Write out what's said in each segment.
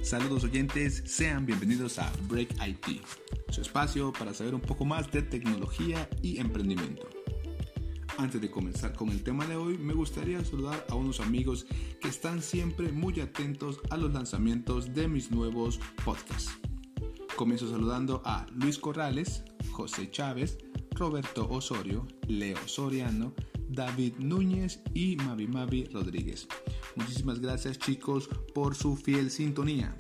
Saludos oyentes, sean bienvenidos a Break IT, su espacio para saber un poco más de tecnología y emprendimiento. Antes de comenzar con el tema de hoy, me gustaría saludar a unos amigos que están siempre muy atentos a los lanzamientos de mis nuevos podcasts. Comienzo saludando a Luis Corrales, José Chávez, Roberto Osorio, Leo Soriano, David Núñez y Mavi Rodríguez. Muchísimas gracias, chicos, por su fiel sintonía.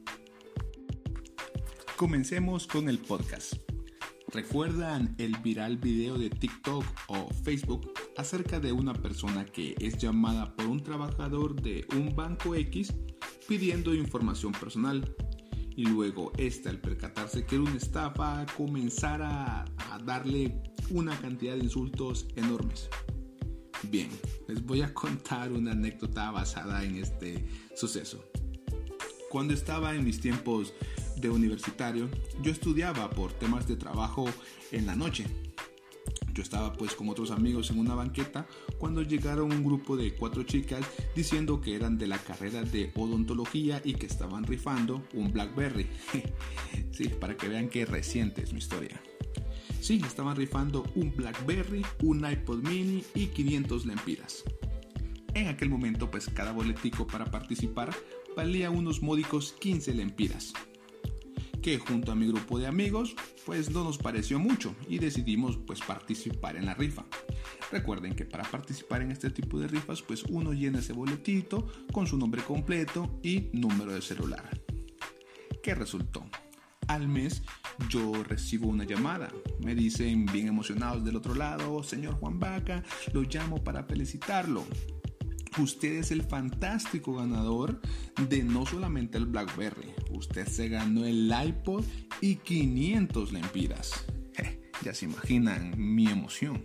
Comencemos con el podcast. ¿Recuerdan el viral video de TikTok o Facebook acerca de una persona que es llamada por un trabajador de un banco X pidiendo información personal? Y luego al percatarse que era una estafa, comenzara a darle una cantidad de insultos enormes. Bien, les voy a contar una anécdota basada en este suceso. Cuando estaba en mis tiempos de universitario, yo estudiaba por temas de trabajo en la noche. Yo estaba con otros amigos en una banqueta cuando llegaron un grupo de 4 chicas diciendo que eran de la carrera de odontología y que estaban rifando un BlackBerry. Sí, para que vean qué reciente es mi historia. Sí, estaban rifando un BlackBerry, un iPod mini y 500 lempiras. En aquel momento, cada boletico para participar valía unos módicos 15 lempiras. Que junto a mi grupo de amigos, no nos pareció mucho y decidimos participar en la rifa. Recuerden que para participar en este tipo de rifas, uno llena ese boletito con su nombre completo y número de celular. ¿Qué resultó? Al mes yo recibo una llamada. Me dicen bien emocionados del otro lado: señor Juan Vaca, lo llamo para felicitarlo. Usted es el fantástico ganador de no solamente el BlackBerry, usted se ganó el iPod y 500 lempiras. Ya se imaginan mi emoción.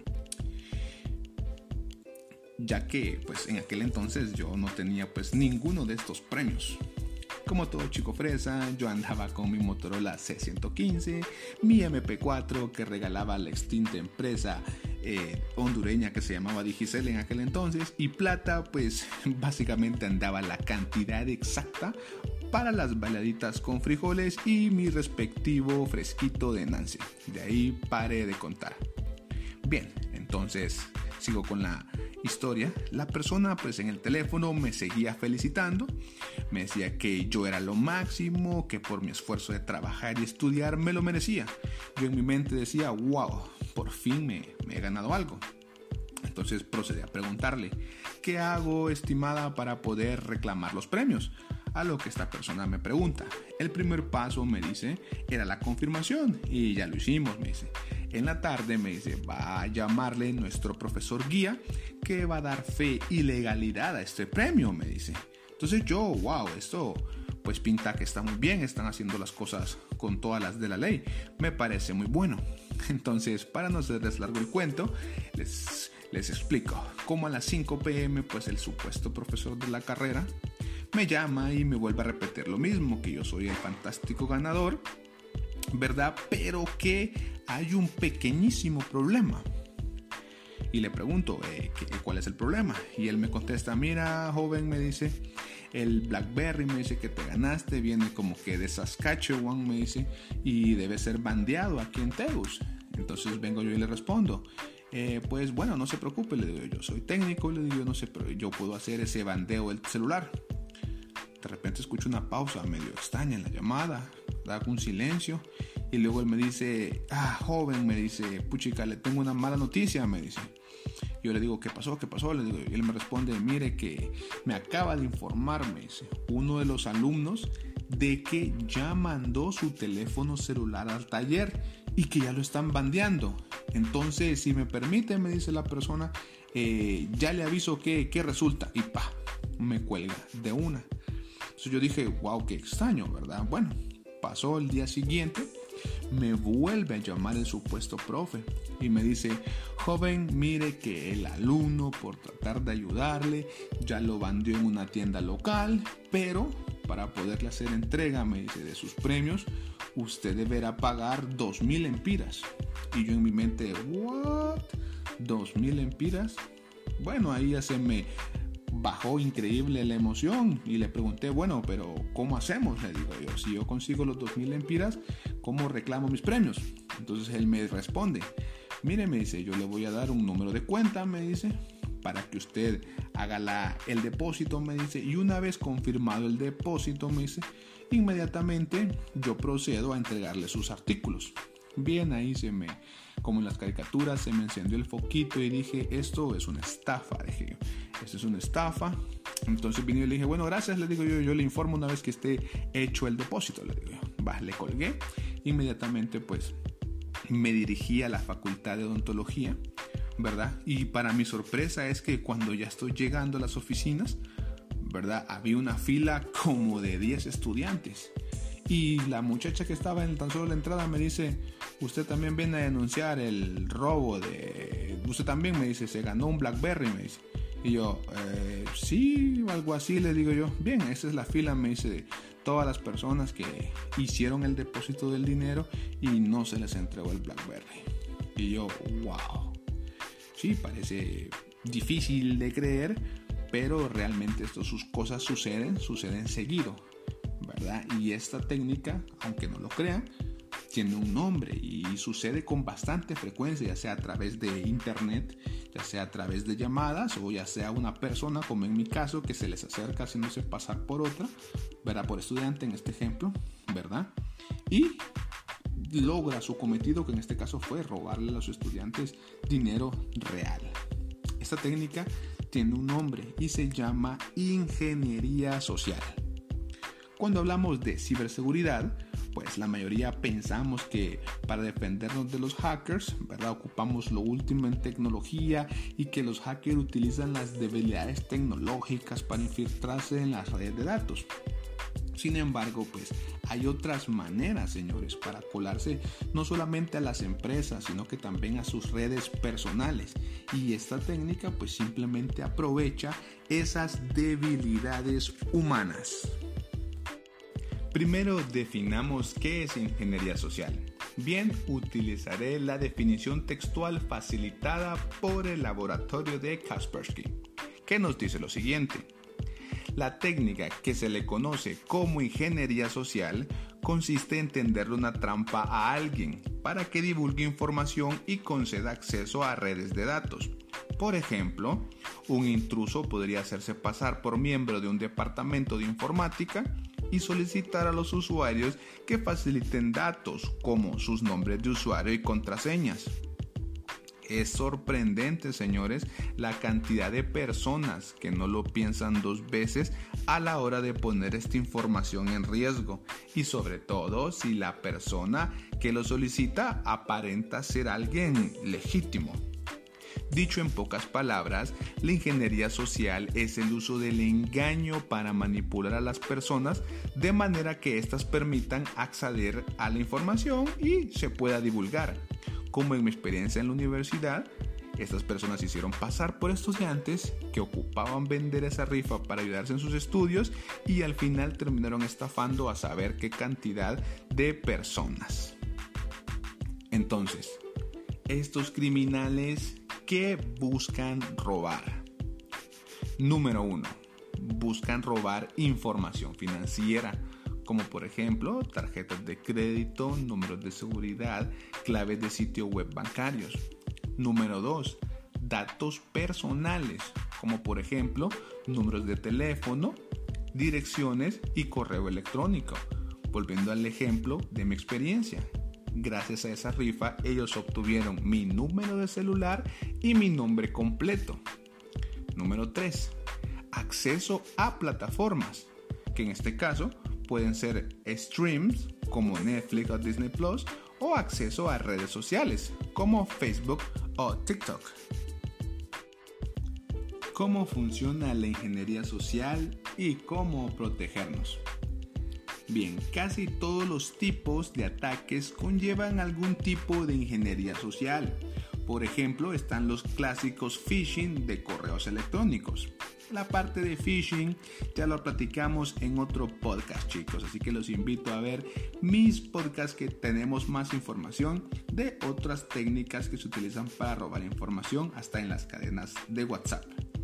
Ya que en aquel entonces yo no tenía ninguno de estos premios. Como todo chico fresa, yo andaba con mi Motorola C115, mi MP4 que regalaba la extinta empresa hondureña que se llamaba Digicel en aquel entonces, y plata, básicamente andaba la cantidad exacta para las bailaditas con frijoles y mi respectivo fresquito de Nancy. De ahí paré de contar. Bien, entonces sigo con la historia. La persona en el teléfono me seguía felicitando, me decía que yo era lo máximo, que por mi esfuerzo de trabajar y estudiar me lo merecía. Yo en mi mente decía: wow, por fin me he ganado algo. Entonces procedí a preguntarle: ¿qué hago, estimada, para poder reclamar los premios? A lo que esta persona me pregunta: el primer paso, me dice, era la confirmación, y ya lo hicimos, me dice. En la tarde, me dice, va a llamarle nuestro profesor guía que va a dar fe y legalidad a este premio, me dice. Entonces yo, wow, esto pinta que está muy bien, están haciendo las cosas con todas las de la ley, me parece muy bueno. Entonces, para no hacerles largo el cuento, les explico. Como a las 5 p.m, el supuesto profesor de la carrera me llama y me vuelve a repetir lo mismo, que yo soy el fantástico ganador, ¿verdad? Pero que hay un pequeñísimo problema. Y le pregunto, ¿cuál es el problema? Y él me contesta: mira, joven, me dice, el BlackBerry, me dice, que te ganaste viene como que de Saskatchewan, me dice, y debe ser bandeado aquí en Tegus. Entonces vengo yo y le respondo: bueno, no se preocupe, le digo, yo soy técnico, le digo, no sé, pero yo puedo hacer ese bandeo del celular. De repente escucho una pausa medio extraña en la llamada, hago un silencio, y luego él me dice: joven, me dice, puchica, le tengo una mala noticia, me dice. Yo le digo: ¿qué pasó? Le digo, y él me responde: mire, que me acaba de informar, me dice, uno de los alumnos, de que ya mandó su teléfono celular al taller y que ya lo están bandeando. Entonces, si me permite, me dice la persona, ya le aviso qué resulta. Y me cuelga de una. Entonces yo dije: wow, qué extraño, ¿verdad? Bueno, pasó el día siguiente, me vuelve a llamar el supuesto profe y me dice: joven, mire que el alumno, por tratar de ayudarle, ya lo bandeó en una tienda local, pero para poderle hacer entrega, me dice, de sus premios, usted deberá pagar 2,000 lempiras. Y yo en mi mente: ¿what? 2,000 lempiras. Bueno, ahí ya se me bajó increíble la emoción y le pregunté, bueno, pero ¿cómo hacemos? Le digo yo, si yo consigo los 2,000 lempiras, ¿cómo reclamo mis premios? Entonces él me responde, mire, me dice, yo le voy a dar un número de cuenta, me dice, para que usted haga el depósito, me dice, y una vez confirmado el depósito, me dice, inmediatamente yo procedo a entregarle sus artículos. Bien, ahí como en las caricaturas, se me encendió el foquito y dije, esto es una estafa, dije yo, esto es una estafa. Entonces vine y le dije, bueno, gracias, le digo yo le informo una vez que esté hecho el depósito, le digo yo. Le colgué, inmediatamente pues me dirigí a la facultad de odontología, ¿verdad? Y para mi sorpresa es que cuando ya estoy llegando a las oficinas, ¿verdad? Había una fila como de 10 estudiantes. Y la muchacha que estaba en tan solo la entrada me dice, usted también viene a denunciar el robo usted también, me dice, se ganó un BlackBerry, me dice. Y yo, sí, algo así, le digo yo. Bien, esa es la fila, me dice, de todas las personas que hicieron el depósito del dinero y no se les entregó el BlackBerry. Y yo, wow. Sí, parece difícil de creer, pero realmente sus cosas suceden seguido, ¿verdad? Y esta técnica, aunque no lo crean, tiene un nombre y sucede con bastante frecuencia, ya sea a través de internet, ya sea a través de llamadas o ya sea una persona, como en mi caso, que se les acerca haciéndose pasar por otra, ¿verdad? Por estudiante en este ejemplo, ¿verdad? Y logra su cometido, que en este caso fue robarle a los estudiantes dinero real. Esta técnica tiene un nombre y se llama ingeniería social. Cuando hablamos de ciberseguridad, pues la mayoría pensamos que para defendernos de los hackers, ¿verdad? Ocupamos lo último en tecnología y que los hackers utilizan las debilidades tecnológicas para infiltrarse en las redes de datos. Sin embargo, pues hay otras maneras, señores, para colarse no solamente a las empresas, sino que también a sus redes personales. Y esta técnica pues simplemente aprovecha esas debilidades humanas. Primero definamos qué es ingeniería social. Bien, utilizaré la definición textual facilitada por el laboratorio de Kaspersky, que nos dice lo siguiente. La técnica que se le conoce como ingeniería social consiste en tenderle una trampa a alguien para que divulgue información y conceda acceso a redes de datos. Por ejemplo, un intruso podría hacerse pasar por miembro de un departamento de informática y solicitar a los usuarios que faciliten datos como sus nombres de usuario y contraseñas. Es sorprendente, señores, la cantidad de personas que no lo piensan dos veces a la hora de poner esta información en riesgo, y sobre todo si la persona que lo solicita aparenta ser alguien legítimo. Dicho en pocas palabras, la ingeniería social es el uso del engaño para manipular a las personas de manera que éstas permitan acceder a la información y se pueda divulgar. Como en mi experiencia en la universidad, estas personas se hicieron pasar por estudiantes que ocupaban vender esa rifa para ayudarse en sus estudios y al final terminaron estafando a saber qué cantidad de personas. Entonces, estos criminales que buscan robar. Número 1. Buscan robar información financiera, como por ejemplo tarjetas de crédito, números de seguridad, claves de sitio web bancarios. Número 2. Datos personales, como por ejemplo números de teléfono, direcciones y correo electrónico. Volviendo al ejemplo de mi experiencia. Gracias a esa rifa, ellos obtuvieron mi número de celular y mi nombre completo. Número 3. Acceso a plataformas, que en este caso pueden ser streams como Netflix o Disney Plus, o acceso a redes sociales como Facebook o TikTok. ¿Cómo funciona la ingeniería social y cómo protegernos? Bien, casi todos los tipos de ataques conllevan algún tipo de ingeniería social. Por ejemplo, están los clásicos phishing de correos electrónicos. La parte de phishing ya lo platicamos en otro podcast, chicos, así que los invito a ver mis podcasts que tenemos más información de otras técnicas que se utilizan para robar información hasta en las cadenas de WhatsApp.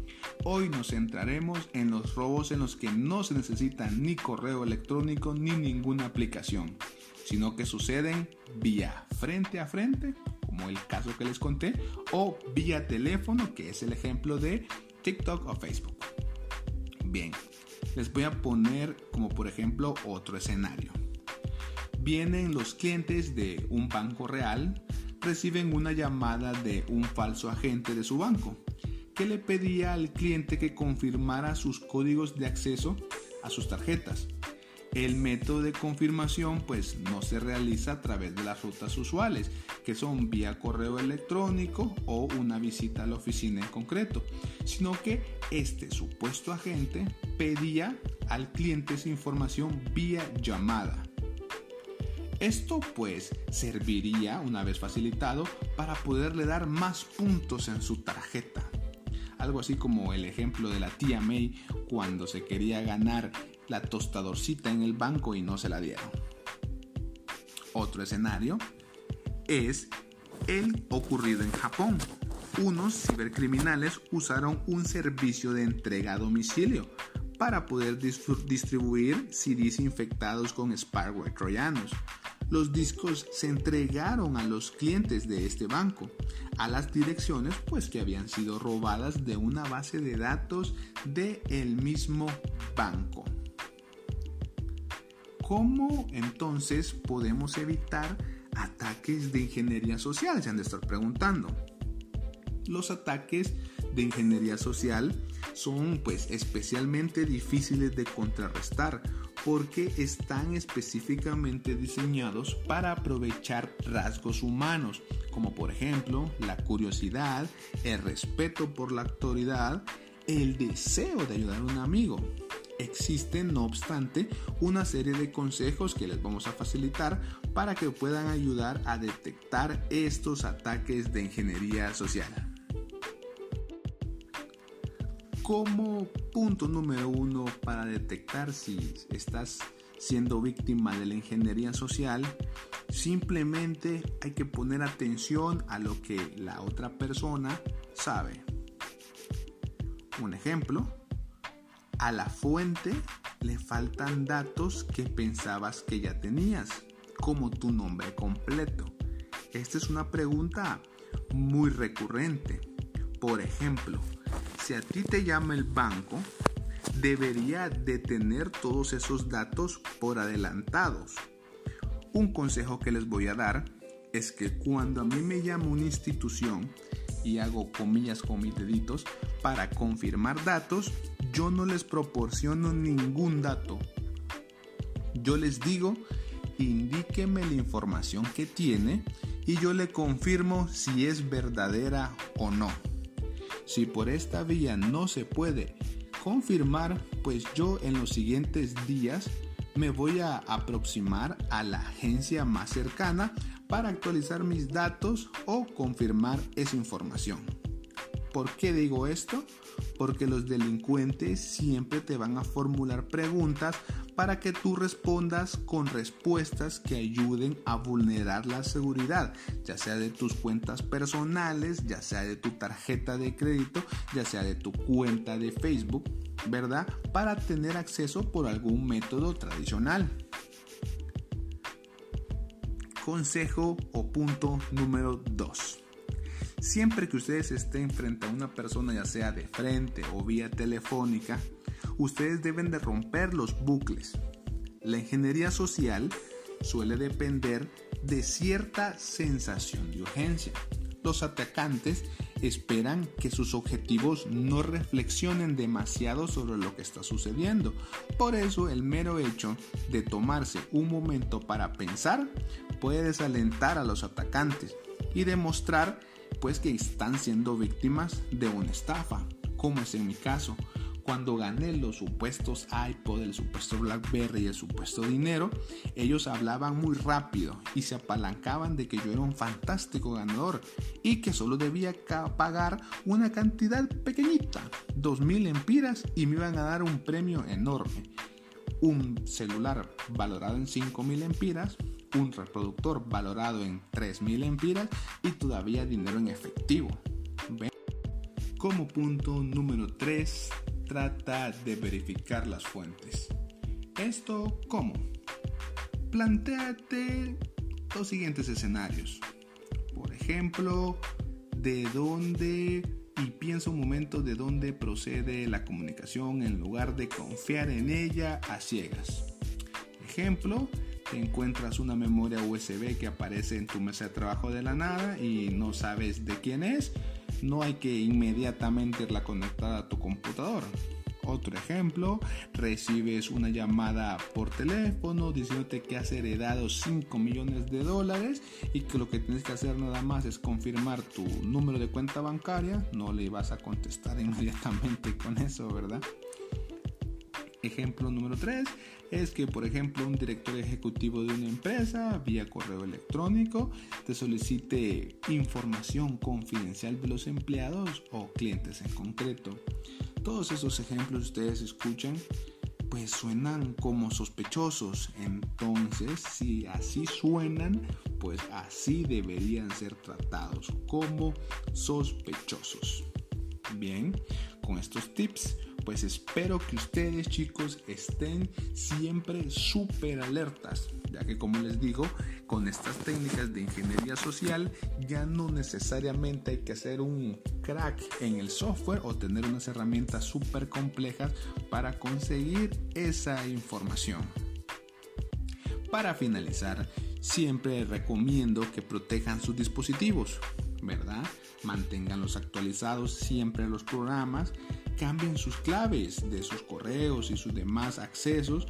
Hoy nos centraremos en los robos en los que no se necesita ni correo electrónico ni ninguna aplicación, sino que suceden vía frente a frente, como el caso que les conté, o vía teléfono, que es el ejemplo de TikTok o Facebook. Bien, les voy a poner como por ejemplo otro escenario. Vienen los clientes de un banco real, reciben una llamada de un falso agente de su banco, que le pedía al cliente que confirmara sus códigos de acceso a sus tarjetas. El método de confirmación pues no se realiza a través de las rutas usuales, que son vía correo electrónico o una visita a la oficina en concreto, sino que este supuesto agente pedía al cliente esa información vía llamada. Esto pues serviría, una vez facilitado, para poderle dar más puntos en su tarjeta. Algo así como el ejemplo de la tía May cuando se quería ganar la tostadorcita en el banco y no se la dieron. Otro escenario es el ocurrido en Japón. Unos cibercriminales usaron un servicio de entrega a domicilio para poder distribuir CDs infectados con spyware troyanos. Los discos se entregaron a los clientes de este banco, a las direcciones pues que habían sido robadas de una base de datos del mismo banco. ¿Cómo entonces podemos evitar ataques de ingeniería social? Se han de estar preguntando. Los ataques de ingeniería social son pues especialmente difíciles de contrarrestar porque están específicamente diseñados para aprovechar rasgos humanos, como por ejemplo la curiosidad, el respeto por la autoridad, el deseo de ayudar a un amigo. Existen, no obstante, una serie de consejos que les vamos a facilitar para que puedan ayudar a detectar estos ataques de ingeniería social. Como punto número 1 para detectar si estás siendo víctima de la ingeniería social, simplemente hay que poner atención a lo que la otra persona sabe. Un ejemplo, a la fuente le faltan datos que pensabas que ya tenías, como tu nombre completo. Esta es una pregunta muy recurrente. Por ejemplo, si a ti te llama el banco, debería de tener todos esos datos por adelantados. Un consejo que les voy a dar es que cuando a mí me llama una institución y hago comillas con mis deditos para confirmar datos, yo no les proporciono ningún dato. Yo les digo, indíqueme la información que tiene y yo le confirmo si es verdadera o no. Si por esta vía no se puede confirmar, pues yo en los siguientes días me voy a aproximar a la agencia más cercana para actualizar mis datos o confirmar esa información. ¿Por qué digo esto? Porque los delincuentes siempre te van a formular preguntas para que tú respondas con respuestas que ayuden a vulnerar la seguridad, ya sea de tus cuentas personales, ya sea de tu tarjeta de crédito, ya sea de tu cuenta de Facebook, ¿verdad? Para tener acceso por algún método tradicional. Consejo o punto número 2. Siempre que ustedes estén frente a una persona, ya sea de frente o vía telefónica, ustedes deben de romper los bucles. La ingeniería social suele depender de cierta sensación de urgencia. Los atacantes esperan que sus objetivos no reflexionen demasiado sobre lo que está sucediendo. Por eso, el mero hecho de tomarse un momento para pensar puede desalentar a los atacantes y demostrar pues que están siendo víctimas de una estafa, como es en mi caso. Cuando gané los supuestos iPod, el supuesto BlackBerry y el supuesto dinero, ellos hablaban muy rápido y se apalancaban de que yo era un fantástico ganador y que solo debía pagar una cantidad pequeñita, 2,000 lempiras, y me iban a dar un premio enorme. Un celular valorado en 5,000 lempiras, un reproductor valorado en 3,000 lempiras y todavía dinero en efectivo. ¿Ven? Como punto número 3, trata de verificar las fuentes. ¿Esto cómo? Plantéate los siguientes escenarios. Por ejemplo, piensa un momento de dónde procede la comunicación en lugar de confiar en ella a ciegas. Ejemplo, te encuentras una memoria USB que aparece en tu mesa de trabajo de la nada y no sabes de quién es. No hay que inmediatamente irla conectada a tu computador. Otro ejemplo, recibes una llamada por teléfono diciéndote que has heredado $5 millones y que lo que tienes que hacer nada más es confirmar tu número de cuenta bancaria. No le vas a contestar inmediatamente con eso, ¿verdad? Ejemplo número 3 es que, por ejemplo, un director ejecutivo de una empresa vía correo electrónico te solicite información confidencial de los empleados o clientes en concreto. Todos esos ejemplos ustedes escuchan, pues suenan como sospechosos. Entonces, si así suenan, pues así deberían ser tratados, como sospechosos. Bien, con estos tips, pues espero que ustedes, chicos, estén siempre súper alertas, ya que, como les digo, con estas técnicas de ingeniería social ya no necesariamente hay que ser un crack en el software o tener unas herramientas súper complejas para conseguir esa información. Para finalizar, siempre recomiendo que protejan sus dispositivos, ¿verdad? Manténganlos actualizados siempre los programas. Cambien sus claves de sus correos y sus demás accesos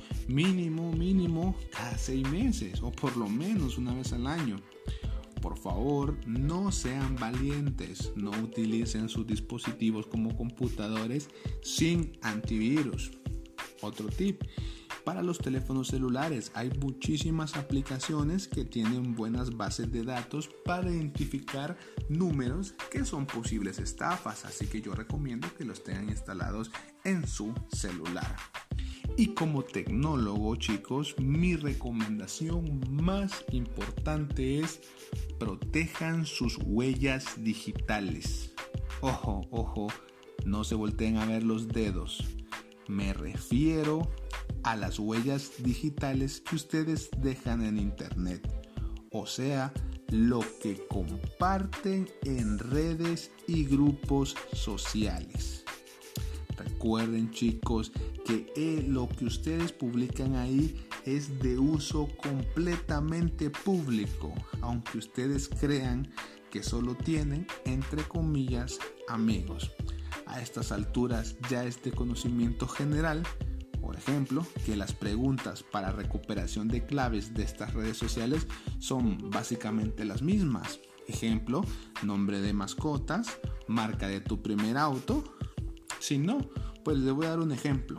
mínimo cada 6 meses o por lo menos una vez al año. Por favor, no sean valientes, no utilicen sus dispositivos como computadores sin antivirus. Otro tip: para los teléfonos celulares hay muchísimas aplicaciones que tienen buenas bases de datos para identificar números que son posibles estafas, así que yo recomiendo que los tengan instalados en su celular. Y como tecnólogo, chicos, mi recomendación más importante es: protejan sus huellas digitales. Ojo, no se volteen a ver los dedos. Me refiero a las huellas digitales que ustedes dejan en internet, o sea, lo que comparten en redes y grupos sociales. Recuerden, chicos, que lo que ustedes publican ahí es de uso completamente público, aunque ustedes crean que solo tienen, entre comillas, amigos. A estas alturas ya es de conocimiento general, por ejemplo, que las preguntas para recuperación de claves de estas redes sociales son básicamente las mismas. Ejemplo, nombre de mascotas, marca de tu primer auto. Si no, pues les voy a dar un ejemplo.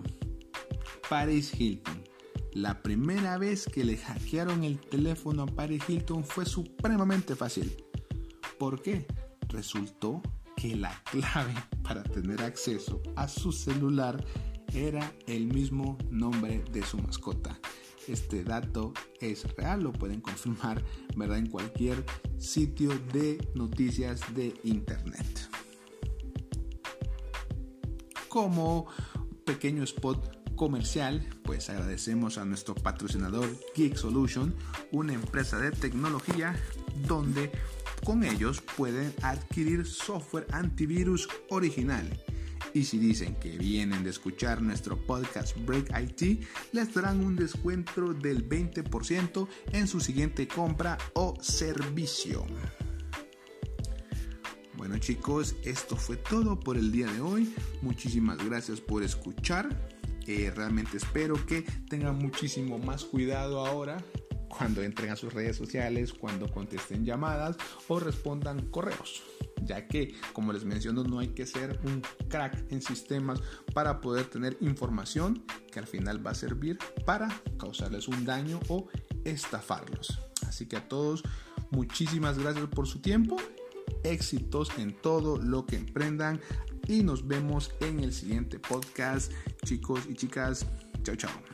Paris Hilton. La primera vez que le hackearon el teléfono a Paris Hilton fue supremamente fácil. ¿Por qué? Resultó que la clave para tener acceso a su celular era el mismo nombre de su mascota. Este dato es real, lo pueden confirmar, ¿verdad?, en cualquier sitio de noticias de internet. Como pequeño spot comercial, pues agradecemos a nuestro patrocinador Geek Solution, una empresa de tecnología donde con ellos pueden adquirir software antivirus original. Y si dicen que vienen de escuchar nuestro podcast Break IT, les darán un descuento del 20% en su siguiente compra o servicio. Bueno, chicos, esto fue todo por el día de hoy. Muchísimas gracias por escuchar. Realmente espero que tengan muchísimo más cuidado ahora cuando entren a sus redes sociales, cuando contesten llamadas o respondan correos, ya que, como les menciono, no hay que ser un crack en sistemas para poder tener información que al final va a servir para causarles un daño o estafarlos. Así que a todos, muchísimas gracias por su tiempo, éxitos en todo lo que emprendan y nos vemos en el siguiente podcast, chicos y chicas. Chao, chao.